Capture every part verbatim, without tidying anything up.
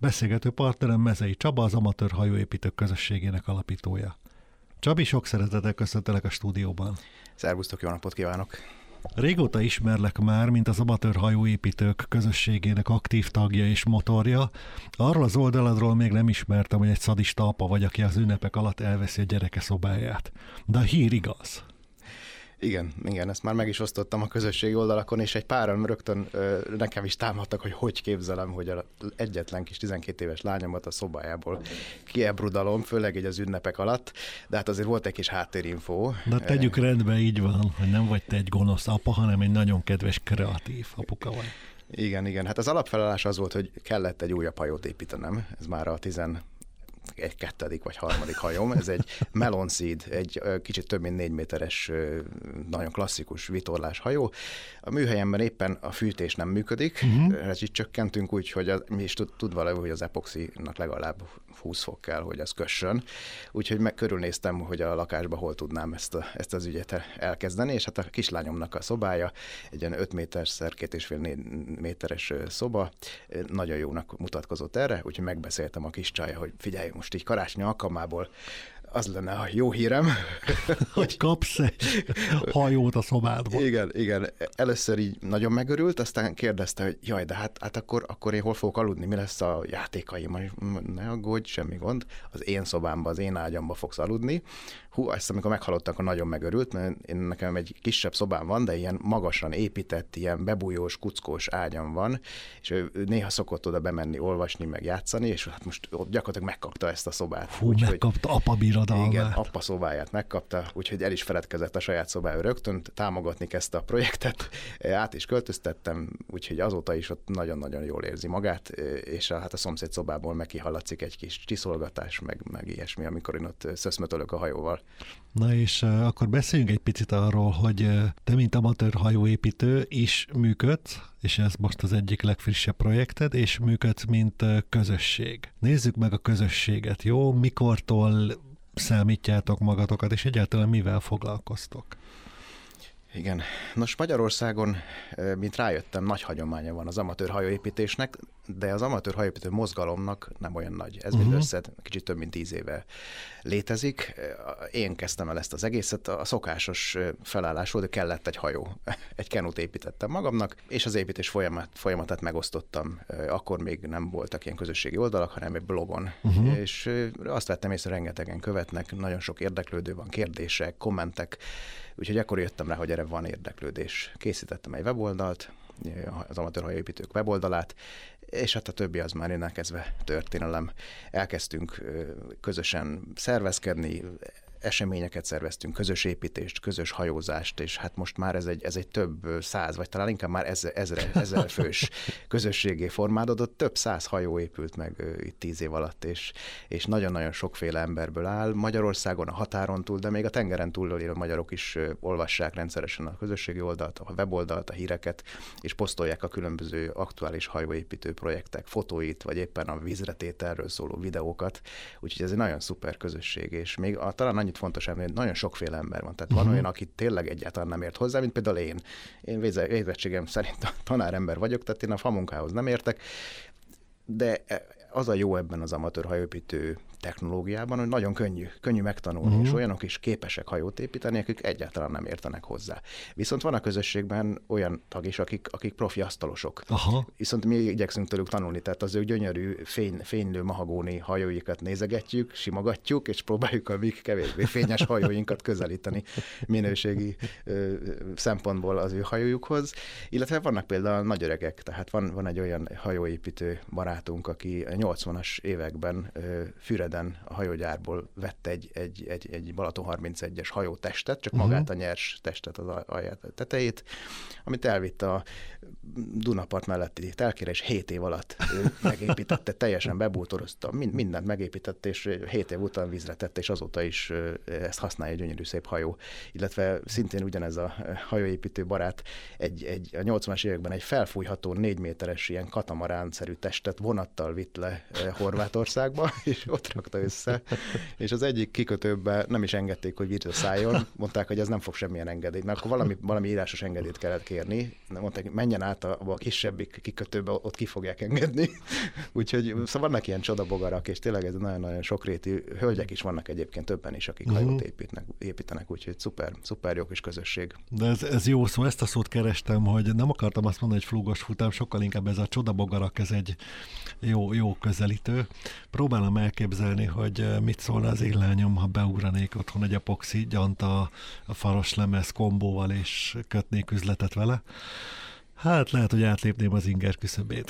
Beszélgető partnerem Mezei Csaba, az Amatőr Hajóépítők Közösségének alapítója. Csabi, sok szeretettel köszöntelek a stúdióban. Szervusztok, jó napot kívánok! Régóta ismerlek már, mint az Amatőr Hajóépítők Közösségének aktív tagja és motorja. Arról az oldaladról még nem ismertem, hogy egy szadista apa vagy, aki az ünnepek alatt elveszi a gyereke szobáját. De a hír igaz. Igen, igen, ezt már meg is osztottam a közösségi oldalakon, és egy páran rögtön ö, nekem is támadtak, hogy hogy képzelem, hogy az egyetlen kis tizenkét éves lányomat a szobájából kiebrudalom, főleg így az ünnepek alatt, de hát azért volt egy kis háttérinfó. De tegyük rendbe, így van, hogy nem vagy te egy gonosz apa, hanem egy nagyon kedves, kreatív apuka vagy. Igen, igen, hát az alapfelelás az volt, hogy kellett egy újabb hajót építenem, ez már a tizen egy kettedik vagy harmadik hajóm, ez egy Melon Seed, egy kicsit több mint négy méteres, nagyon klasszikus vitorlás hajó. A műhelyemben éppen a fűtés nem működik, uh-huh. Ez így csökkentünk úgy, hogy az, mi is tud, tud valahogy, hogy az epoxinak legalább húsz fok kell, hogy az kössön. Úgyhogy meg körülnéztem, hogy a lakásban hol tudnám ezt, a, ezt az ügyet elkezdeni, és hát a kislányomnak a szobája, egy ilyen öt méterszer két és fél méteres szoba, nagyon jónak mutatkozott erre, úgyhogy megbeszéltem a kis csaja, hogy figyelj, most így karácsony alkalmából az lenne a jó hírem, hogy kapsz egy hajót a szobádba. Igen, igen. Először így nagyon megörült, aztán kérdezte, hogy jaj, de hát, hát akkor, akkor én hol fogok aludni, mi lesz a játékaim? Ne aggódj, semmi gond, az én szobámba, az én ágyamba fogsz aludni. Hú, ezt amikor meghallottam, akkor nagyon megörült, mert én, nekem egy kisebb szobám van, de ilyen magasan épített, ilyen bebújós, kuckós ágyam van, és ő néha szokott oda bemenni, olvasni, meg játszani, és hát most gyakorlatilag megkapta ezt a szobát. Hú, úgy, megkapta hogy... apa birodalmát. Igen, apa szobáját megkapta, úgyhogy el is feledkezett a saját szobája rögtön, támogatni kezdte a projektet, át is költöztettem, úgyhogy azóta is ott nagyon-nagyon jól érzi magát, és a, hát a szomszéd szobából meg kihallatszik egy kis csiszolgatás, meg, meg ilyesmi, amikor én ott szöszmötölök a hajóval. Na és uh, akkor beszéljünk egy picit arról, hogy uh, te, mint amatőr hajóépítő is működsz, és ez most az egyik legfrissebb projekted, és működsz, mint uh, közösség. Nézzük meg a közösséget, jó? Mikortól számítjátok magatokat, és egyáltalán mivel foglalkoztok? Igen. Nos, Magyarországon, mint rájöttem, nagy hagyománya van az amatőr hajóépítésnek, de az amatőr hajóépítő mozgalomnak nem olyan nagy. Ez uh-huh. mindössze kicsit több mint tíz éve létezik. Én kezdtem el ezt az egészet, a szokásos felállás volt, hogy kellett egy hajó. Egy kenut építettem magamnak, és az építés folyamat, folyamatát megosztottam. Akkor még nem voltak ilyen közösségi oldalak, hanem egy blogon. Uh-huh. És azt vettem észre, rengetegen követnek, nagyon sok érdeklődő van, kérdések, kommentek, úgyhogy akkor jöttem rá, hogy erre van érdeklődés. Készítettem egy weboldalt, az amatőr hajóépítők weboldalát, és hát a többi az már innen kezdve történelem. Elkezdtünk közösen szervezkedni, eseményeket szerveztünk, közös építést, közös hajózást, és hát most már ez egy, ez egy több száz, vagy talán inkább már ezer, ezer, ezer fős közösségé formálódott, több száz hajó épült meg uh, itt tíz év alatt, és, és nagyon-nagyon sokféle emberből áll. Magyarországon, a határon túl, de még a tengeren túl élő magyarok is uh, olvassák rendszeresen a közösségi oldalt, a weboldalt, a híreket, és posztolják a különböző aktuális hajóépítő projektek fotóit, vagy éppen a vízretételről szóló videókat, úgyhogy ez egy nagyon szuper közösség, és még a, talán annyit fontos, hogy nagyon sokféle ember van. Tehát van uh-huh. olyan, aki tényleg egyáltalán nem ért hozzá, mint például én. Én végzettségem szerint tanárember vagyok, tehát én a famunkához nem értek, de az a jó ebben az amatőr hajóépítő technológiában, hogy nagyon könnyű, könnyű megtanulni, uh-huh. és olyanok is képesek hajót építeni, akik egyáltalán nem értenek hozzá. Viszont van a közösségben olyan tag is, akik, akik profi asztalosok. Aha. Viszont mi igyekszünk tőlük tanulni, tehát az ő gyönyörű, fény, fénylő mahagóni hajóikat nézegetjük, simogatjuk, és próbáljuk a mi kevésbé fényes hajóinkat közelíteni minőségi ö, szempontból az ő hajójukhoz. Illetve vannak például nagyöregek, tehát van, van egy olyan hajóépítő barátunk, aki nyolcvanas években ö, Füreden a hajógyárból vett egy, egy, egy, egy Balaton harmincegyes hajótestet, csak uh-huh. magát a nyers testet, az alját, a tetejét, amit elvitt a Dunapart melletti telkére, és hét év alatt megépítette, teljesen bebútorozta, mind, mindent megépített, és hét év után vízre tette, és azóta is ezt használja, egy gyönyörű szép hajó. Illetve szintén ugyanez a hajóépítő barát egy, egy, a nyolcvanas években egy felfújható négy méteres ilyen katamaránszerű testet vonattal vitt le Horvátországba, és ott rakta össze, és az egyik kikötőben nem is engedték, hogy viccre szálljon, mondták, hogy ez nem fog semmilyen engedélyt, mert akkor valami, valami írásos engedélyt kellett kérni, mondták, hogy menjen át a, a kisebbik kikötőbe, ott ki fogják engedni. Úgyhogy szóval vannak ilyen csodabogarak, és tényleg ez nagyon-nagyon sokrétű. Hölgyek is vannak egyébként többen is, akik uh-huh. hajót építnek, építenek, úgyhogy szuper, szuper jó kis közösség. De ez, ez jó szó, ezt a szót kerestem, hogy nem akartam azt mondani, hogy flúgos futám, sokkal inkább ez a csodabogarak, ez egy jó, jó közelítő. Próbálom elképzelni, hogy mit szólna az én lányom, ha beugranék otthon egy epoxi gyanta, a faros lemez kombóval, és kötnék üzletet vele. Hát lehet, hogy átlépném az inger küszöbét.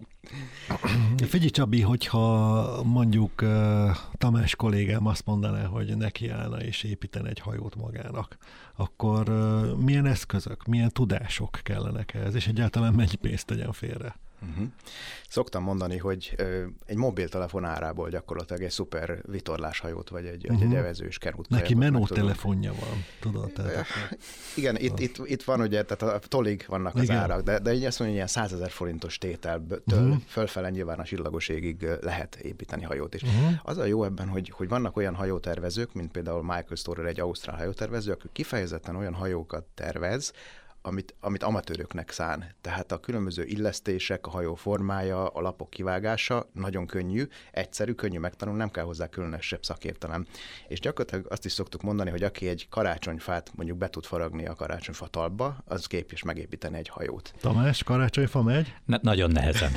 Figyelj Csabi, hogyha mondjuk uh, Tamás kollégám azt mondaná, hogy nekiállna és építene egy hajót magának, akkor uh, milyen eszközök, milyen tudások kellenek ehhez, és egyáltalán mennyi pénzt tegyen félre? Uh-huh. Szoktam mondani, hogy ö, egy mobiltelefon árából gyakorlatilag egy szuper vitorláshajót, vagy egy, uh-huh. egy evezős kenút. Neki menó telefonja van, tudod? Tehát igen, itt, itt, itt van ugye, tehát a tolig vannak az igen. árak, de, de így azt mondja, hogy ilyen százezer forintos tételtől uh-huh. fölfele nyilván a csillagos égig lehet építeni hajót is. Uh-huh. Az a jó ebben, hogy, hogy vannak olyan hajótervezők, mint például Michael Storer, egy ausztrál hajótervező, aki kifejezetten olyan hajókat tervez, Amit, amit amatőröknek szán. Tehát a különböző illesztések, a hajó formája, a lapok kivágása nagyon könnyű, egyszerű, könnyű megtanulni, nem kell hozzá különösebb szakértelem. És gyakorlatilag azt is szoktuk mondani, hogy aki egy karácsonyfát mondjuk be tud faragni a karácsonyfa talpba, az képes megépíteni egy hajót. Tamás, karácsonyfa megy? Na, nagyon nehezen.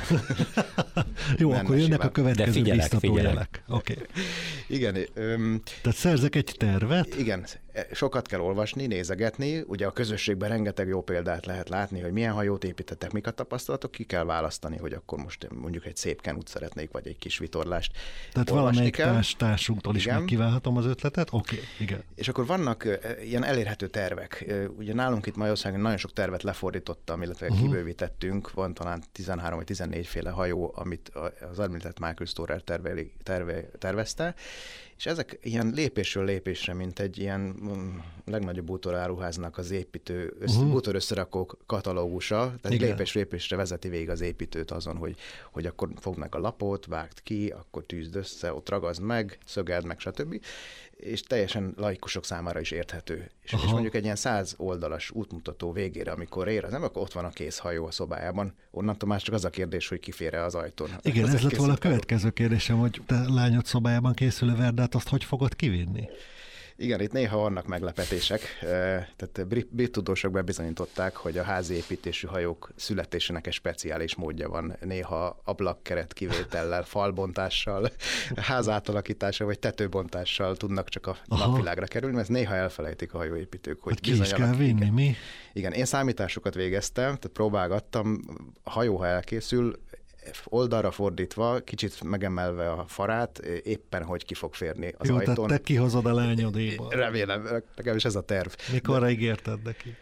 Jó, nem, akkor jönnek a következő figyelek, biztató figyelek. jelek. Okay. Igen. Öm, Tehát szerzek egy tervet? Igen, sokat kell olvasni, nézegetni, ugye a közösségben rengeteg jó példát lehet látni, hogy milyen hajót építettek, mik a tapasztalatok, ki kell választani, hogy akkor most mondjuk egy szép kenút szeretnék, vagy egy kis vitorlást. Tehát valamelyik társ, társunktól is megkívánhatom az ötletet? Oké, okay, igen. És akkor vannak uh, ilyen elérhető tervek. Uh, ugye nálunk itt Magyarországon nagyon sok tervet lefordítottam, illetve uh-huh. kibővítettünk. Van talán tizenhárom vagy tizennégy féle hajó, amit az említett Michael Storer terve, terve, tervezte, és ezek ilyen lépésről lépésre, mint egy ilyen um, legnagyobb bútoráruháznak az építő, össze, uh-huh. bútor összerakó katalógusa, tehát igen. lépésről lépésre vezeti végig az építőt azon, hogy, hogy akkor fogd meg a lapot, vágd ki, akkor tűzd össze, ott ragazd meg, szögeld meg, stb. És teljesen laikusok számára is érthető. És, és mondjuk egy ilyen száz oldalas útmutató végére, amikor ér, az nem, akkor ott van a kész hajó a szobájában. Onnantól már csak az a kérdés, hogy kifér-e az ajtón. Igen, ez ez lett volna a következő kérdésem, hogy te lányod szobájában készülő verdát, azt hogy fogod kivinni? Igen, itt néha vannak meglepetések. Tehát brit, brit tudósok bebizonyították, hogy a házi építésű hajók születésének egy speciális módja van. Néha ablakkeret kivétellel, falbontással, házátalakítással vagy tetőbontással tudnak csak a Aha. napvilágra kerülni, mert néha elfelejtik a hajóépítők, hogy hát ki is kell vinni, igen. mi? Igen, én számításokat végeztem, tehát próbálgattam, a hajó, ha elkészül, oldalra fordítva, kicsit megemelve a farát, éppen hogy ki fog férni az Jó, ajtón. tehát te kihozod a lányodéból. Remélem, nekem is ez a terv. Mikorra De... ígérted neki?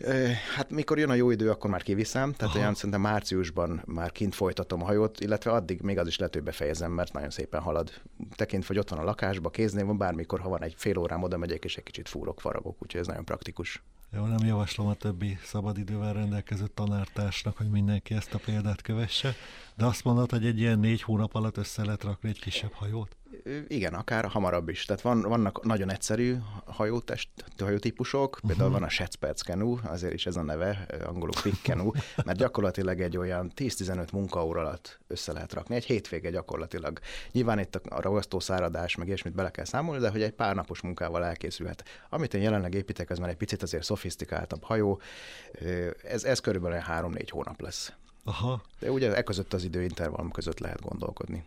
Hát mikor jön a jó idő, akkor már kiviszem, tehát olyan szerintem márciusban már kint folytatom a hajót, illetve addig még az is lehet, hogy befejezem, mert nagyon szépen halad. Tekintve, hogy ott van a lakásba, kéznél van, bármikor, ha van egy fél órám, oda megyek, és egy kicsit fúrok, faragok, úgyhogy ez nagyon praktikus. Jó, nem javaslom a többi szabadidővel rendelkező tanártársnak, hogy mindenki ezt a példát kövesse, de azt mondod, hogy egy ilyen négy hónap alatt össze lehet rakni egy kisebb hajót? Igen, akár hamarabb is. Tehát van, vannak nagyon egyszerű hajótest, hajótípusok, például uh-huh. van a Shepherd's Canoe, azért is ez a neve, angolul quick canoe, mert gyakorlatilag egy olyan tíz-tizenöt munkaóra alatt össze lehet rakni. Egy hétvége gyakorlatilag. Nyilván itt a ragasztó száradás, meg ilyesmit bele kell számolni, de hogy egy pár napos munkával elkészülhet. Amit én jelenleg építek, ez már egy picit azért szofisztikáltabb hajó, ez, ez körülbelül három-négy hónap lesz. Aha. De ugye e között az időintervallum között lehet gondolkodni.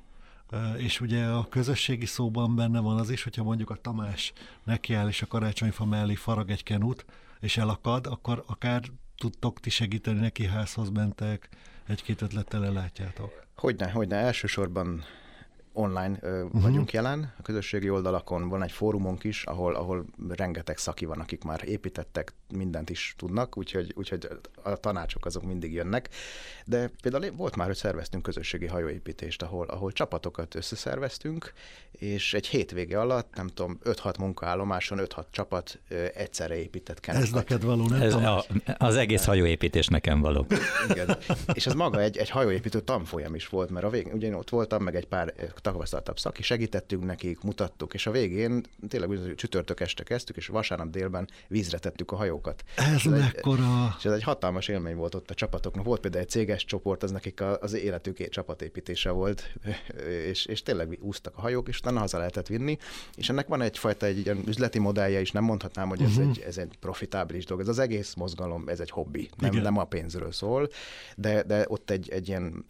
És ugye a közösségi szóban benne van az is, hogyha mondjuk a Tamás nekiáll és a karácsonyfa mellé farag egy kenut, és elakad, akkor akár tudtok ti segíteni neki, házhoz mentek, egy-két ötlettel ellátjátok. Hogyne, hogyne. Elsősorban online ö, uh-huh. vagyunk jelen, a közösségi oldalakon van egy fórumunk is, ahol, ahol rengeteg szaki van, akik már építettek, mindent is tudnak, úgyhogy, úgyhogy a tanácsok azok mindig jönnek. De például volt már, hogy szerveztünk közösségi hajóépítést, ahol, ahol csapatokat összeszerveztünk, és egy hétvége alatt, nem tudom, öt-hat munkaállomáson, öt-hat csapat ö, egyszerre épített kenetet. Ez neked való, nem Ez a, az egész hajóépítés nekem való. Igen. És ez maga egy, egy hajóépítő tanfolyam is volt, mert a végén, ugye ott voltam, meg egy pár tapasztaltabb szaki, segítettünk nekik, mutattuk, és a végén tényleg csütörtök este kezdtük, és vasárnap délben vízre tettük a hajókat. Ez és mekkora... Egy, és ez egy hatalmas élmény volt ott a csapatoknak. Volt például egy céges csoport, az nekik az életük egy csapatépítése volt, és, és tényleg úsztak a hajók, és utána haza lehetett vinni, és ennek van egyfajta egy ilyen üzleti modellje is, nem mondhatnám, hogy ez, uh-huh. egy, ez egy profitábilis dolog. Ez az egész mozgalom, ez egy hobbi, nem, nem a pénzről szól, de, de ott egy, egy ilyen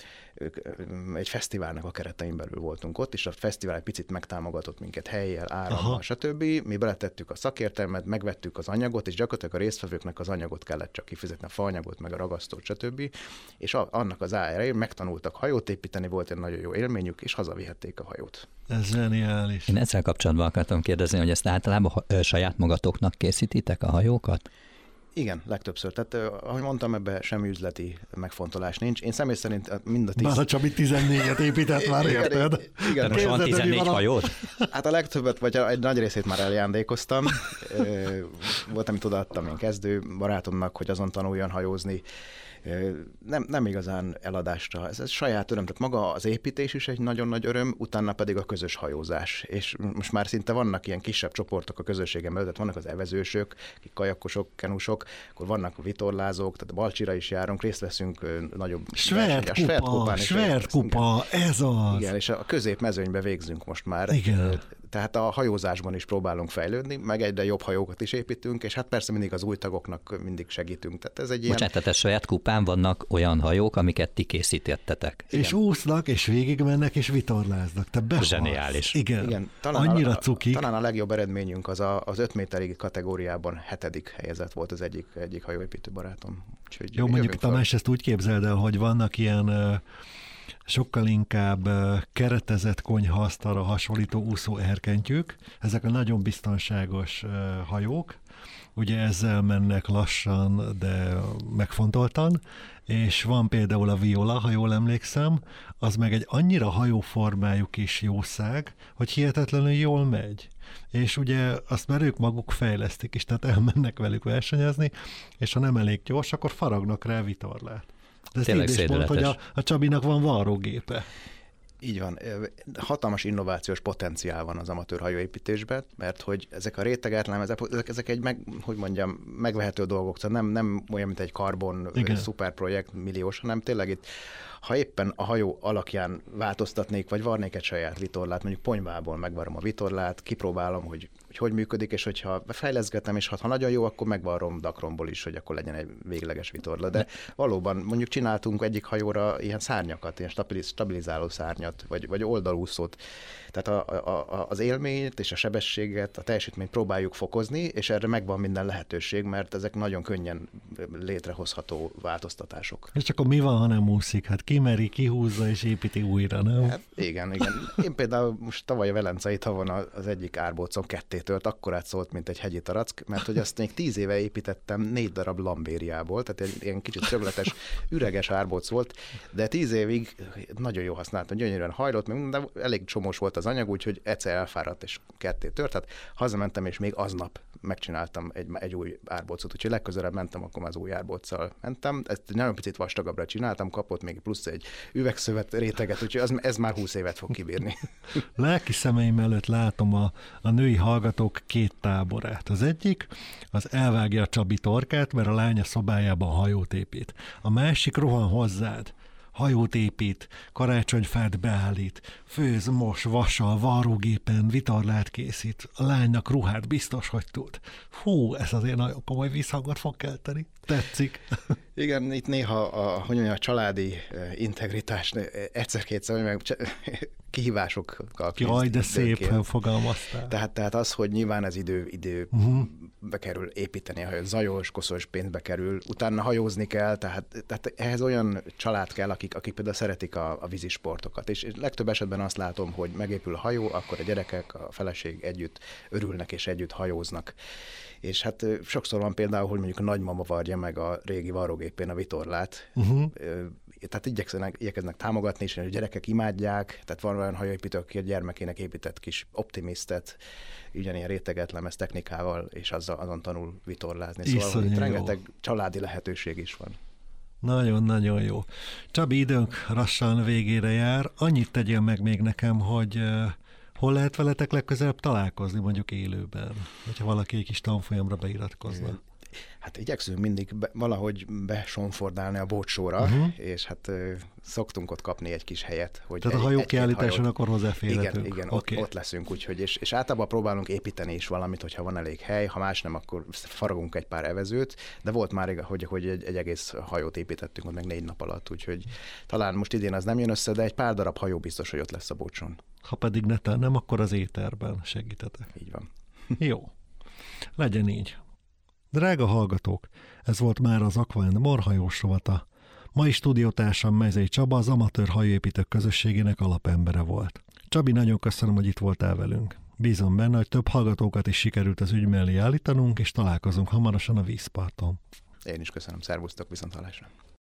egy fesztiválnak a keretein belül voltunk ott, és a fesztivál egy picit megtámogatott minket helyjel, árammal, stb. Mi beletettük a szakértelmet, megvettük az anyagot, és gyakorlatilag a résztvevőknek az anyagot kellett csak kifizetni, a faanyagot, meg a ragasztót, stb. És a, annak az áráért megtanultak hajót építeni, volt egy nagyon jó élményük, és hazavihették a hajót. Ez zseniális. Én ezzel kapcsolatban akartam kérdezni, hogy ezt általában saját magatoknak készítitek a hajókat? Igen, legtöbbször. Tehát, ahogy mondtam, ebben semmi üzleti megfontolás nincs. Én személy szerint mind a tíz... Bár a Csabi tizennégyet épített már, érted? Igen, most van tizennégy hajót? Hát a legtöbbet, vagy egy nagy részét már eljándékoztam. Volt, amit odaadtam én kezdő barátomnak, hogy azon tanuljon hajózni. Nem, nem igazán eladásra. Ez, ez saját öröm. Tehát maga az építés is egy nagyon nagy öröm, utána pedig a közös hajózás. És most már szinte vannak ilyen kisebb csoportok a közösségem belül, tehát vannak az evezősök, kajakosok, kenusok, akkor vannak vitorlázók, tehát a Balcsira is járunk, részt veszünk nagyobb... Schwertkupa, Schwertkupa, ez az! Igen, és a középmezőnybe végzünk most már. Igen. Tehát a hajózásban is próbálunk fejlődni, meg egyre jobb hajókat is építünk, és hát persze mindig az új tagoknak mindig segítünk. Tehát ez egy ilyen... Bocsánat, tehát a saját kupán vannak olyan hajók, amiket ti készítettetek. És Igen. úsznak, és végigmennek, és vitorláznak. Te behalsz. Zseniális. Igen, Igen. Talán annyira a, cukik. Talán a legjobb eredményünk az a, az öt méterig kategóriában hetedik helyezett volt az egyik, egyik hajóépítő barátom. Úgyhogy jó, mondjuk Tamás, ezt úgy képzeld el, hogy vannak ilyen... Uh, sokkal inkább keretezett konyhaasztalra hasonlító úszó erkentyűk. Ezek a nagyon biztonságos hajók. Ugye ezzel mennek lassan, de megfontoltan. És van például a Viola, ha jól emlékszem, az meg egy annyira hajóformájú kis jószág, hogy hihetetlenül jól megy. És ugye azt már ők maguk fejlesztik is, tehát elmennek velük versenyezni, és ha nem elég gyors, akkor faragnak rá vitorlát. De ezt így is mondta, hogy a, a Csabinak van varrógépe. Így van. Hatalmas innovációs potenciál van az amatőr hajóépítésben, mert hogy ezek a rétegetlen, ezek, ezek egy, meg, hogy mondjam, megvehető dolgok, tehát nem, nem olyan, mint egy karbon szuperprojekt milliós, hanem tényleg itt, ha éppen a hajó alakján változtatnék, vagy varnék egy saját vitorlát, mondjuk ponyvából megvarom a vitorlát, kipróbálom, hogy hogy, hogy működik, és hogyha fejleszgetem, és ha nagyon jó, akkor megvarrom dakromból is, hogy akkor legyen egy végleges vitorla. De valóban mondjuk csináltunk egyik hajóra ilyen szárnyakat, ilyen stabilizáló szárnyat, vagy, vagy oldalúszót. Tehát a, a, az élményt és a sebességet, a teljesítményt próbáljuk fokozni, és erre megvan minden lehetőség, mert ezek nagyon könnyen létrehozható változtatások. És akkor mi van, ha nem úszik? Hát kimeri, kihúzza és építi újra, nem? Hát igen, igen. Én például most tavaly a Velencei tavon az egyik árbócom ketté tört, akkorát szólt, mint egy hegyi tarack, mert hogy azt még tíz éve építettem négy darab lambériából, tehát egy ilyen kicsit szögletes, üreges árbóc volt, de tíz évig nagyon jó használtam, gyönyörűen hajlott, de elég csomós volt az anyag, úgyhogy egyszer elfáradt és ketté tört. Tehát hazamentem, és még aznap megcsináltam egy, egy új árbócot, úgyhogy legközelebb mentem, akkor már az új árbóccal mentem. Ezt nagyon picit vastagabbra csináltam, kapott még plusz egy üvegszövet réteget, úgyhogy az, ez már húsz évet fog kibírni. Lelki szemeim előtt látom a, a női hallgatók két táborát. Az egyik, az elvágja a Csabi torkát, mert a lánya szobájában hajót épít. A másik rohan hozzád. Hajót épít, karácsonyfát beállít, főz, mos, vasal, varrógépen, vitorlát készít, a lánynak ruhát biztos, hogy tud. Hú, ez azért nagyon komoly visszhangot fog kelteni. Tetszik. Igen, itt néha a, hogy mondjam, a családi integritás egyszer-kétszer, meg kihívásokkal. Jaj, de szépen fogalmaztál. Tehát, tehát az, hogy nyilván ez idő, idő uh-huh. bekerül építeni a hajót, zajos, koszos pénzbe kerül, utána hajózni kell, tehát, tehát ehhez olyan család kell, akik, akik például szeretik a, a vízisportokat. És legtöbb esetben azt látom, hogy megépül a hajó, akkor a gyerekek, a feleség együtt örülnek és együtt hajóznak. És hát sokszor van például, hogy mondjuk a nagymama varja meg a régi varrógépén a vitorlát, uh-huh. tehát igyekeznek, igyekeznek támogatni, és a gyerekek imádják, tehát van olyan hajóépítő, aki a gyermekének épített kis optimisztet, ugyanilyen réteget lemez technikával, és azzal azon tanul vitorlázni. Szóval itt rengeteg családi lehetőség is van. Nagyon-nagyon jó. Csabi, időnk lassan végére jár. Annyit tegyél meg még nekem, hogy uh, hol lehet veletek legközelebb találkozni, mondjuk élőben, hogyha valaki egy kis tanfolyamra beiratkozna. Hát igyekszünk mindig be, valahogy besonfordálni a bócsóra, uh-huh. és hát ö, szoktunk ott kapni egy kis helyet. Hogy Tehát egy, a hajókiállításon akkor hozzáférhetünk. Igen, igen okay. ott, ott leszünk, úgyhogy, és, és általában próbálunk építeni is valamit, hogyha van elég hely, ha más nem, akkor faragunk egy pár evezőt, de volt már, hogy, hogy egy, egy egész hajót építettünk ott meg négy nap alatt, úgyhogy talán most idén az nem jön össze, de egy pár darab hajó biztos, hogy ott lesz a Bócson. Ha pedig netán nem, akkor az éterben segítetek. Így van. Jó, legyen így. Drága hallgatók, ez volt már az Aqua and More hajós rovata. Mai stúdiótársam Mezei Csaba az amatőr hajóépítők közösségének alapembere volt. Csabi, nagyon köszönöm, hogy itt voltál velünk. Bízom benne, hogy több hallgatókat is sikerült az ügy mellé állítanunk, és találkozunk hamarosan a vízparton. Én is köszönöm, szervusztok, viszonthallásra.